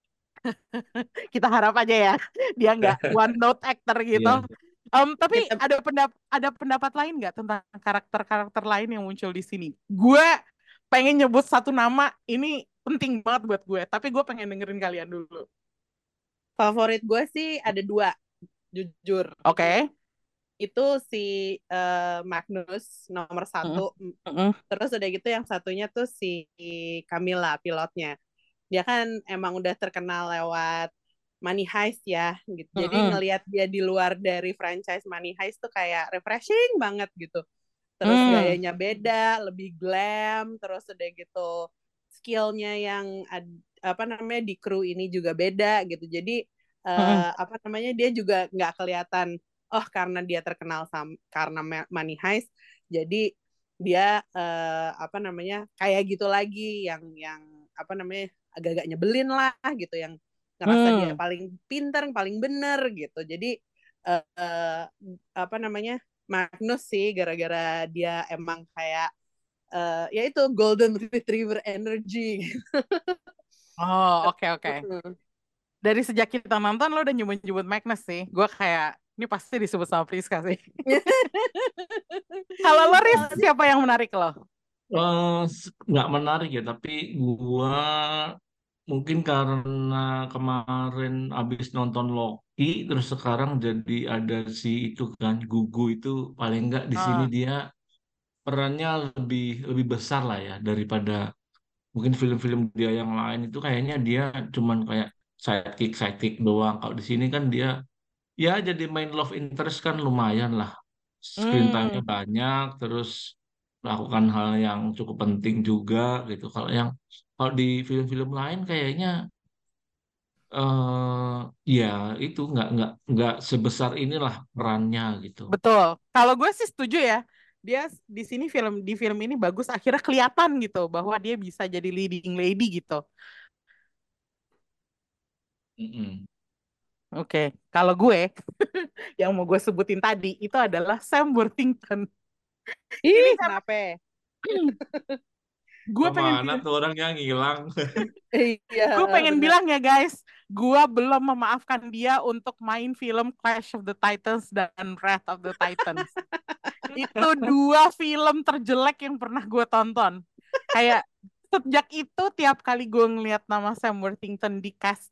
kita harap aja ya dia nggak one note actor gitu. Iya. Tapi Kita ada pendapat lain nggak tentang karakter-karakter lain yang muncul di sini? Gue pengen nyebut satu nama, ini penting banget buat gue, tapi gue pengen dengerin kalian dulu. favorit gue sih ada dua, jujur. Oke. Itu si Magnus nomor Mm-mm. satu. Mm-mm. Terus udah gitu yang satunya tuh si Camilla pilotnya. Dia kan emang udah terkenal lewat Money Heist ya gitu. Jadi Mm-mm. ngelihat dia di luar dari franchise Money Heist tuh kayak refreshing banget gitu. Terus Mm. gayanya beda, lebih glam, terus udah gitu skillnya yang apa namanya di kru ini juga beda gitu. Jadi Mm-mm. apa namanya dia juga nggak kelihatan oh karena dia terkenal karena Money Heist, jadi dia apa namanya kayak gitu lagi yang apa namanya agak-agak nyebelin lah gitu, yang ngerasa dia Mm. paling pinter, paling bener gitu. Jadi apa namanya Magnus sih gara-gara dia emang kayak ya itu golden retriever energy. Oh, oke oke. Dari sejak kita nonton lo udah nyebut-nyebut Magnus sih. Gue kayak ini pasti disebut sama Priska sih. Kalau lo Riz, siapa yang menarik lo? Nggak menarik ya, tapi gua mungkin karena kemarin abis nonton Loki, terus sekarang jadi ada si itu kan Gugu itu, paling nggak di sini Ah. dia perannya lebih lebih besar lah ya daripada mungkin film-film dia yang lain itu, kayaknya dia cuman kayak sidekick sidekick doang. Kalau di sini kan dia ya jadi main love interest kan lumayan lah, screen time-nya Hmm. banyak, terus melakukan hal yang cukup penting juga gitu. Kalau di film-film lain kayaknya ya itu nggak sebesar inilah perannya gitu. Betul. Kalau gue sih setuju ya. Dia di sini di film ini bagus. Akhirnya kelihatan gitu bahwa dia bisa jadi leading lady gitu. Mm-mm. Oke. Kalau gue yang mau gue sebutin tadi itu adalah Sam Worthington. Ini Ih, karena kenapa? gue pengen Kemana bilang, tuh orangnya ngilang? Iya, gue pengen benar. bilang ya guys, gue belum memaafkan dia untuk main film Clash of the Titans dan Wrath of the Titans. Itu dua film terjelek yang pernah gue tonton. Kayak sejak itu tiap kali gue ngeliat nama Sam Worthington di cast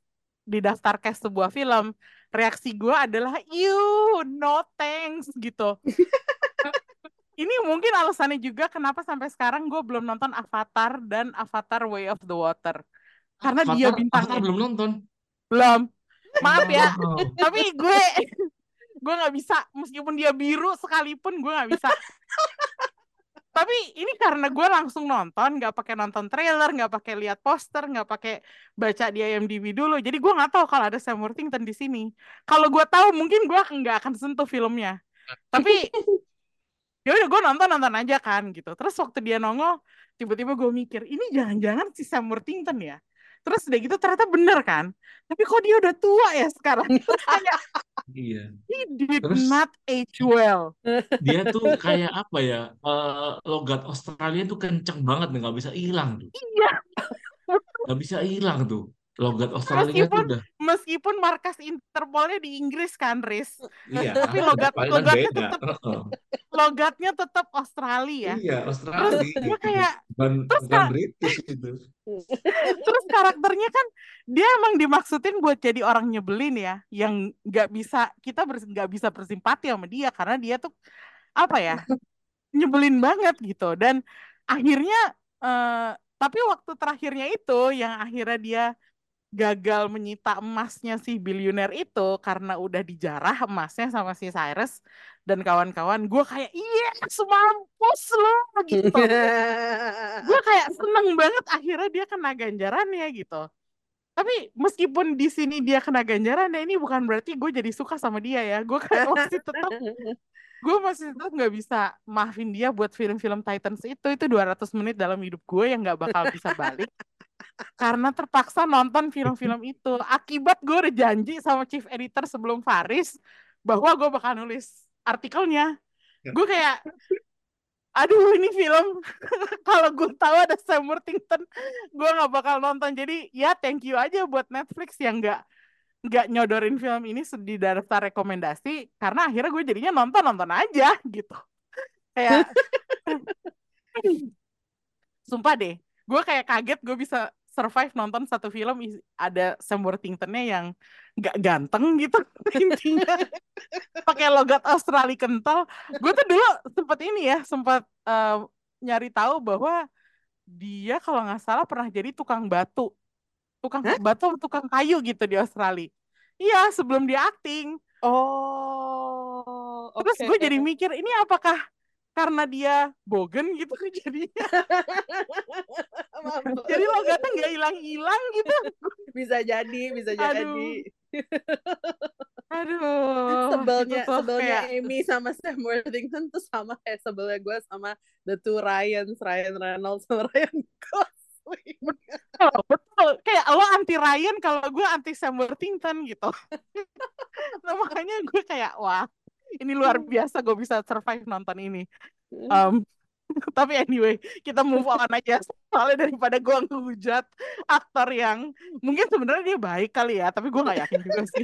di daftar cast sebuah film, reaksi gue adalah, no thanks gitu. Ini mungkin alasannya juga kenapa sampai sekarang gue belum nonton Avatar dan Avatar Way of the Water. Karena dia Avatar bintangnya. belum nonton. Belum. Maaf ya. Oh. Tapi gue nggak bisa. Meskipun dia biru sekalipun gue nggak bisa. Tapi ini karena gue langsung nonton, nggak pakai nonton trailer, nggak pakai lihat poster, nggak pakai baca di IMDb dulu. Jadi gue nggak tahu kalau ada Sam Worthington di sini. Kalau gue tahu mungkin gue nggak akan sentuh filmnya. Tapi ya udah gue nonton aja kan gitu. Terus waktu dia nongol, tiba-tiba gue mikir, ini jangan-jangan si Sam Worthington ya. Terus udah gitu ternyata bener kan. Tapi kok dia udah tua ya sekarang? Kayak Iya. he did Terus not age well. dia tuh kayak apa ya? Logat Australia tuh kenceng banget, nggak bisa hilang tuh. Iya. Nggak bisa hilang tuh. Logat Australia tuh udah. Meskipun markas Interpolnya di Inggris kan, Riz. Iya. Tapi Palingan beda. logatnya tetap Australia. Iya, Terus Australia. gue kayak Bukan British itu. terus karakternya kan dia emang dimaksudin buat jadi orang nyebelin ya, yang nggak bisa nggak bisa bersimpati sama dia karena dia tuh apa ya, nyebelin banget gitu. Dan akhirnya tapi waktu terakhirnya itu yang akhirnya dia gagal menyita emasnya si bilioner itu karena udah dijarah emasnya sama si Cyrus dan kawan-kawan, gue kayak mampus lo gitu. Gue kayak seneng banget akhirnya dia kena ganjarannya gitu. Tapi meskipun di sini dia kena ganjarannya, ini bukan berarti gue jadi suka sama dia ya. Gue masih tetap nggak bisa maafin dia buat film-film Titans itu 200 menit dalam hidup gue yang nggak bakal bisa balik karena terpaksa nonton film-film itu. Akibat gue udah janji sama chief editor sebelum Faris bahwa gue bakal nulis artikelnya. Gue kayak, aduh ini film kalau gue tahu ada Sam Worthington gue nggak bakal nonton. Jadi ya thank you aja buat Netflix yang nggak nyodorin film ini di daftar rekomendasi, karena akhirnya gue jadinya nonton aja gitu. Kayak sumpah deh, gue kayak kaget gue bisa survive nonton satu film ada Sam Worthington-nya yang nggak ganteng gitu intinya, pakai logat Australia kental. Gue tuh dulu sempat nyari tahu bahwa dia kalau nggak salah pernah jadi tukang batu atau tukang kayu gitu di Australia. Iya, sebelum dia akting. Oh, Terus oke. gue jadi mikir, ini apakah karena dia bogen gitu jadinya? Jadi logatnya nggak hilang-hilang gitu. Bisa jadi. Aduh, Sebelnya itu tuh kayak Amy sama Sam Worthington tuh sama kayak sebelnya gue sama the two Ryan Reynolds sama Ryan Gosling. betul. Kayak lo anti Ryan, kalau gue anti Sam Worthington gitu. Nah, makanya gue kayak, wah, ini luar biasa gue bisa survive nonton ini. Tapi anyway, kita move on aja soalnya daripada gue ngehujat aktor yang mungkin sebenarnya dia baik kali ya, tapi gue nggak yakin juga sih.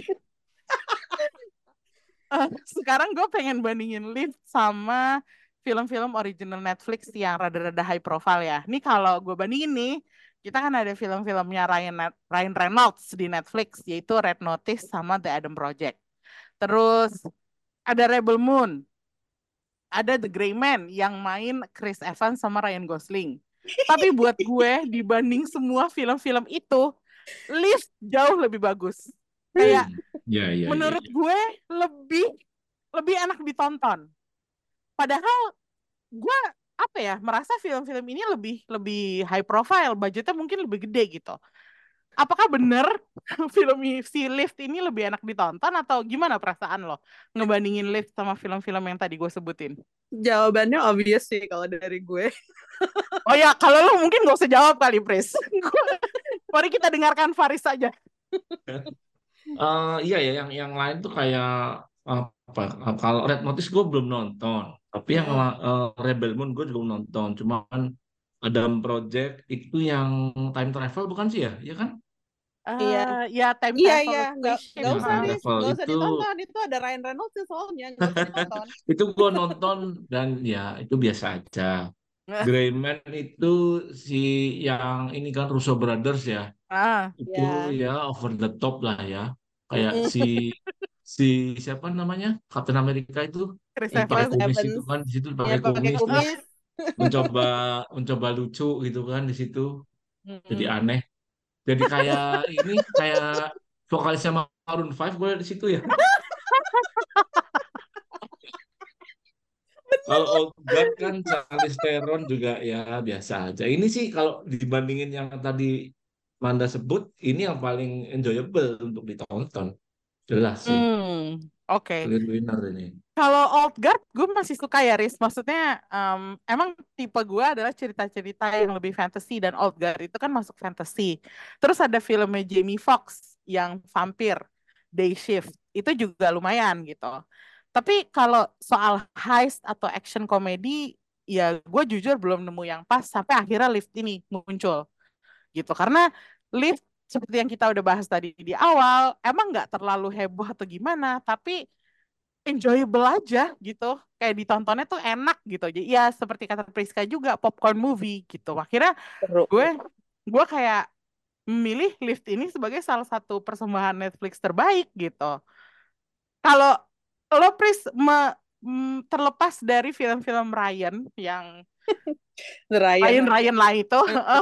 Sekarang gue pengen bandingin Lift sama film-film original Netflix yang rada-rada high profile ya. Nih kalau gue bandingin nih, kita kan ada film-filmnya Ryan Reynolds di Netflix, yaitu Red Notice sama The Adam Project. Terus ada Rebel Moon, ada The Gray Man yang main Chris Evans sama Ryan Gosling. Tapi buat gue dibanding semua film-film itu, Lift jauh lebih bagus. Kayak menurut gue lebih enak ditonton. Padahal gue merasa film-film ini lebih high profile, budgetnya mungkin lebih gede gitu. Apakah benar film si Lift ini lebih enak ditonton atau gimana perasaan lo ngebandingin Lift sama film-film yang tadi gue sebutin? Jawabannya obvious sih kalau dari gue. Oh ya, kalau lo mungkin gak usah jawab kali, Pris. Mari kita dengarkan Faris saja. Iya ya, yang lain tuh kayak apa? Kalau Red Notice gue belum nonton, tapi yang Rebel Moon gue juga nonton. Cuman Adam Project itu yang time travel bukan sih ya? Iya kan? Ya time travel. Iya, nggak usah itu ditonton. Itu ada Ryan Reynolds soalnya, nggak usah ditonton. itu gue nonton dan ya itu biasa aja. Grey Man itu si yang ini kan Russo Brothers ya. Ah, Itu Ya. ya over the top lah ya. Kayak Mm-mm. si siapa namanya? Captain America itu Chris yang pakai Chris Evans. kumis itu Evans kan di situ ya pakai pakai kumis terus kumis. mencoba mencoba lucu gitu kan di situ. Jadi Mm-mm. aneh. Jadi kayak ini kayak vokalisnya Maroon 5 gue di situ ya. Kalau Old Guard kan Charlize Theron juga ya biasa aja. Ini sih kalau dibandingin yang tadi Manda sebut, ini yang paling enjoyable untuk ditonton. Jelas sih, Oke. clear winner ini. Kalau Old Guard, gue masih suka ya, Riz. Maksudnya, emang tipe gue adalah cerita-cerita yang lebih fantasy dan Old Guard itu kan masuk fantasy. Terus ada filmnya Jamie Foxx yang vampir, Day Shift. Itu juga lumayan gitu. Tapi kalau soal heist atau action komedi, ya gue jujur belum nemu yang pas sampai akhirnya Lift ini muncul gitu. Karena Lift seperti yang kita udah bahas tadi di awal, emang nggak terlalu heboh atau gimana, tapi enjoyable aja gitu. Kayak ditontonnya tuh enak gitu. Jadi ya seperti kata Priska juga popcorn movie gitu. Akhirnya Seru. gue gue kayak memilih Lift ini sebagai salah satu persembahan Netflix terbaik gitu. Kalau lo terlepas dari film-film Ryan yang The Ryan. Ryan lah itu,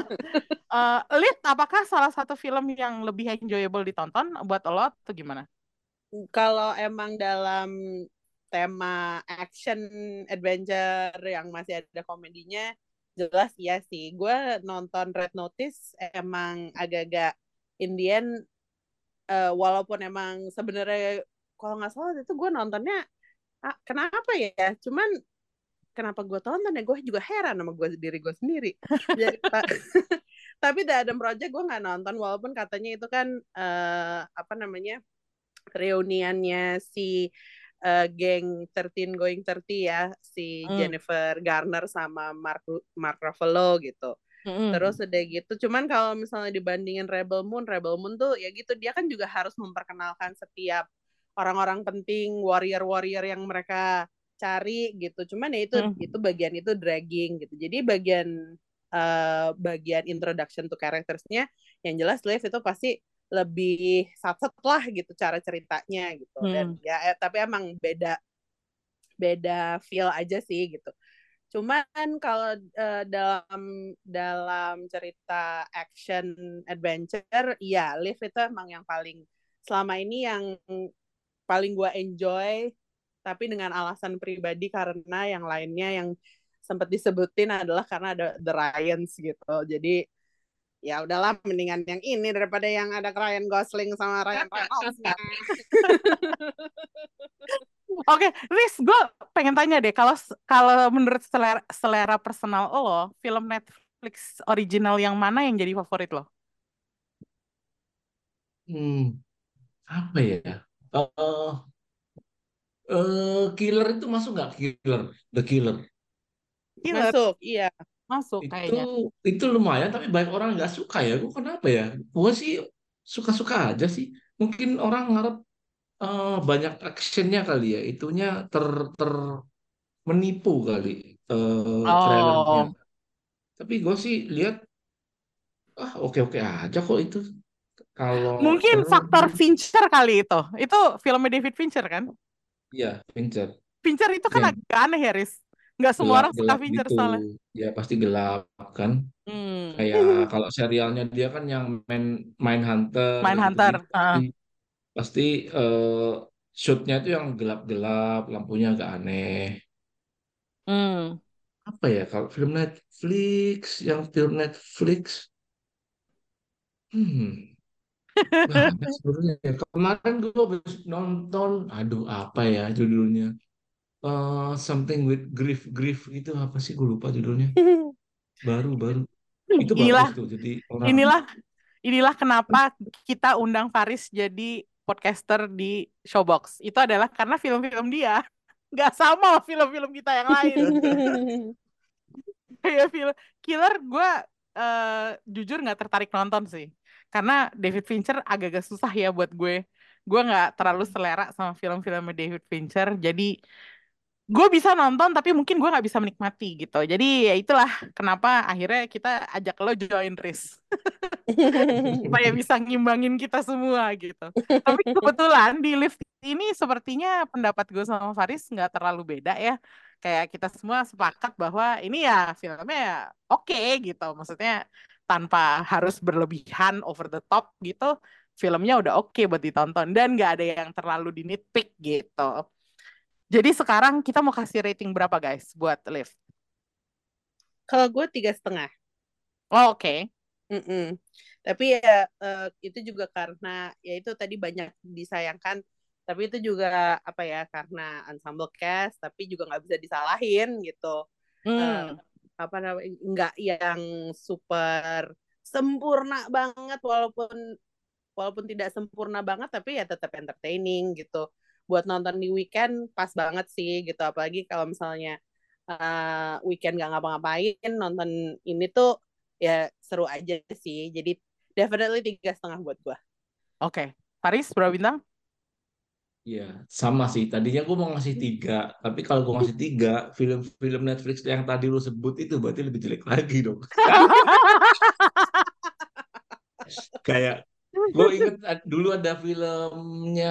Lift apakah salah satu film yang lebih enjoyable ditonton buat lo atau gimana? Kalau emang dalam tema action adventure yang masih ada komedinya, jelas iya sih. Gue nonton Red Notice emang agak-agak Indian, walaupun emang sebenarnya kalau nggak salah itu gue nontonnya kenapa ya? Cuman kenapa gue tonton ya? Gue juga heran sama gue diri gue sendiri. Jadi, tapi The Adam Project gue nggak nonton, walaupun katanya itu kan apa namanya, reuniannya si geng 13 Going 30 ya, si Hmm. Jennifer Garner sama Mark Ruffalo gitu. Mm-mm. Terus udah gitu, cuman kalau misalnya dibandingin Rebel Moon tuh ya gitu, dia kan juga harus memperkenalkan setiap orang-orang penting, warrior-warrior yang mereka cari gitu. Cuman ya itu bagian itu dragging gitu. Jadi bagian introduction to characters-nya yang jelas Liv itu pasti lebih satset lah gitu cara ceritanya gitu. Dan ya tapi emang beda beda feel aja sih gitu. Cuman kalau dalam cerita action adventure, ya Liv itu emang yang paling selama ini yang paling gue enjoy, tapi dengan alasan pribadi karena yang lainnya yang sempat disebutin adalah karena ada The Ryans gitu. Jadi ya udahlah, mendingan yang ini daripada yang ada Ryan Gosling sama Ryan Reynolds. Oke, Riz, gue pengen tanya deh, kalau kalau menurut selera personal lo, film Netflix original yang mana yang jadi favorit lo? Hmm, apa ya? Eh Killer itu masuk nggak? Killer, The Killer. Killer Masuk, iya. masuk Itu kayaknya. itu lumayan, tapi banyak orang nggak suka ya. Gue kenapa ya? Gue sih suka-suka aja sih. Mungkin orang ngarep banyak actionnya kali ya. Itunya ter menipu kali trailernya. Oh, Tapi gue sih lihat oke-oke aja kok itu. Kalau mungkin terus faktor Fincher kali itu. Itu filmnya David Fincher kan? ya Fincher. Fincher itu kan Yang agak aneh ya, Riz. Nggak semua orang suka gelap-gelap Fincher gitu. soalnya. Ya pasti gelap kan. Hmm. Kayak kalau serialnya dia kan yang main Hunter Mindhunter. gitu-gitu pasti pasti shootnya itu yang gelap-gelap, lampunya agak aneh. Hmm. Apa ya kalau film Netflix, hmm, banyak sebenarnya. Kemarin gue habis nonton, aduh apa ya judulnya? Something with grief, grief itu apa sih? Gue lupa judulnya. Baru, baru. Itu bagus Inilah, tuh. Jadi orang, inilah, inilah kenapa kita undang Faris jadi podcaster di Showbox. Itu adalah karena film-film dia nggak sama film-film kita yang lain. Kayak film Killer, gue jujur nggak tertarik nonton sih, karena David Fincher agak-agak susah ya buat gue. Gue nggak terlalu selera sama film-filmnya David Fincher, jadi gue bisa nonton tapi mungkin gue nggak bisa menikmati gitu. Jadi ya itulah kenapa akhirnya kita ajak lo join Riz supaya bisa ngimbangin kita semua gitu. Tapi kebetulan di lift ini sepertinya pendapat gue sama Faris nggak terlalu beda ya. Kayak kita semua sepakat bahwa ini ya filmnya ya oke gitu. Maksudnya tanpa harus berlebihan over the top gitu. Filmnya udah oke buat ditonton dan nggak ada yang terlalu di nitpick gitu. Jadi sekarang kita mau kasih rating berapa guys buat Lift? Kalau gue 3,5. Oh, oke. Mm-mm. Tapi ya itu juga karena ya itu tadi banyak disayangkan. Tapi itu juga apa ya karena ensemble cast. Tapi juga nggak bisa disalahin gitu. Eh, Hmm. apa namanya nggak yang super sempurna banget walaupun tidak sempurna banget tapi ya tetap entertaining gitu. Buat nonton di weekend pas banget sih gitu. Apalagi kalau misalnya weekend gak ngapa-ngapain nonton ini tuh ya seru aja sih. Jadi definitely 3,5 buat gua. Oke. Faris berapa bintang? Iya, sama sih. Tadinya gue mau ngasih 3, tapi kalau gue ngasih 3, film-film Netflix yang tadi lu sebut itu berarti lebih jelek lagi dong. Kayak gue inget dulu ada filmnya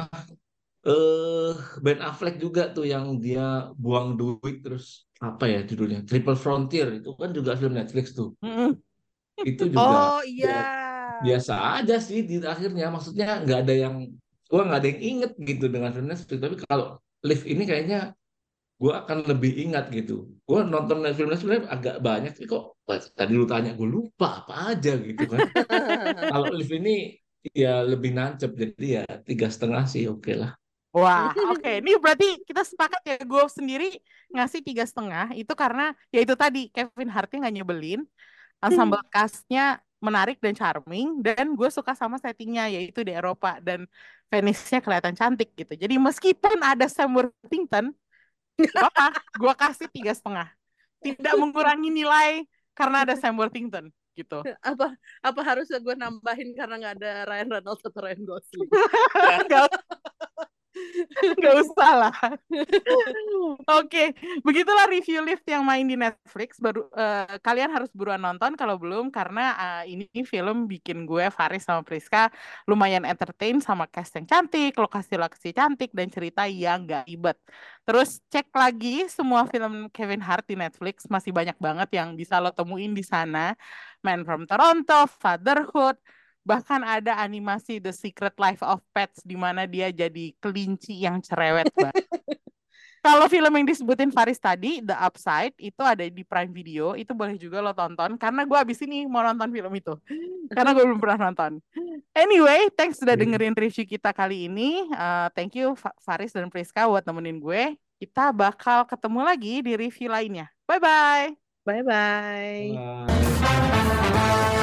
eh Ben Affleck juga tuh yang dia buang duit terus apa ya judulnya Triple Frontier itu kan juga film Netflix tuh. Mm-mm. Itu juga Oh iya. ya biasa aja sih di akhirnya maksudnya nggak ada yang gua nggak ada yang inget gitu dengan film Netflix tapi kalau Live ini kayaknya gua akan lebih ingat gitu. Gua nonton film Netflix sebenarnya agak banyak tapi kok tadi lu tanya gue lupa apa aja gitu kan. Kalau Live ini ya lebih nancep jadi ya 3,5 sih oke lah. Wah, oke. Ini berarti kita sepakat ya. Gue sendiri ngasih 3,5 itu karena ya itu tadi Kevin Hartnya nggak nyebelin, ensemble cast-nya menarik dan charming, dan gue suka sama settingnya yaitu di Eropa dan Venice-nya kelihatan cantik gitu. Jadi meskipun ada Sam Worthington, gak apa, gue kasih 3,5. Tidak mengurangi nilai karena ada Sam Worthington gitu. apa apa harus gue nambahin karena nggak ada Ryan Reynolds atau Ryan Gosling? Gak, gak usah lah. Oke, begitulah review Lift yang main di Netflix. Kalian harus buruan nonton kalau belum karena ini film bikin gue Faris sama Priska lumayan entertain sama cast yang cantik, lokasi-lokasi cantik dan cerita yang gak ribet. Terus cek lagi semua film Kevin Hart di Netflix, masih banyak banget yang bisa lo temuin di sana. Man from Toronto, Fatherhood, bahkan ada animasi The Secret Life of Pets di mana dia jadi kelinci yang cerewet banget. Kalau film yang disebutin Faris tadi, The Upside, itu ada di Prime Video, itu boleh juga lo tonton, karena gue abis ini mau nonton film itu. Karena gue belum pernah nonton. Anyway, thanks sudah dengerin review kita kali ini. Thank you Faris dan Priska buat nemenin gue. Kita bakal ketemu lagi di review lainnya. Bye-bye. Bye bye. Bye.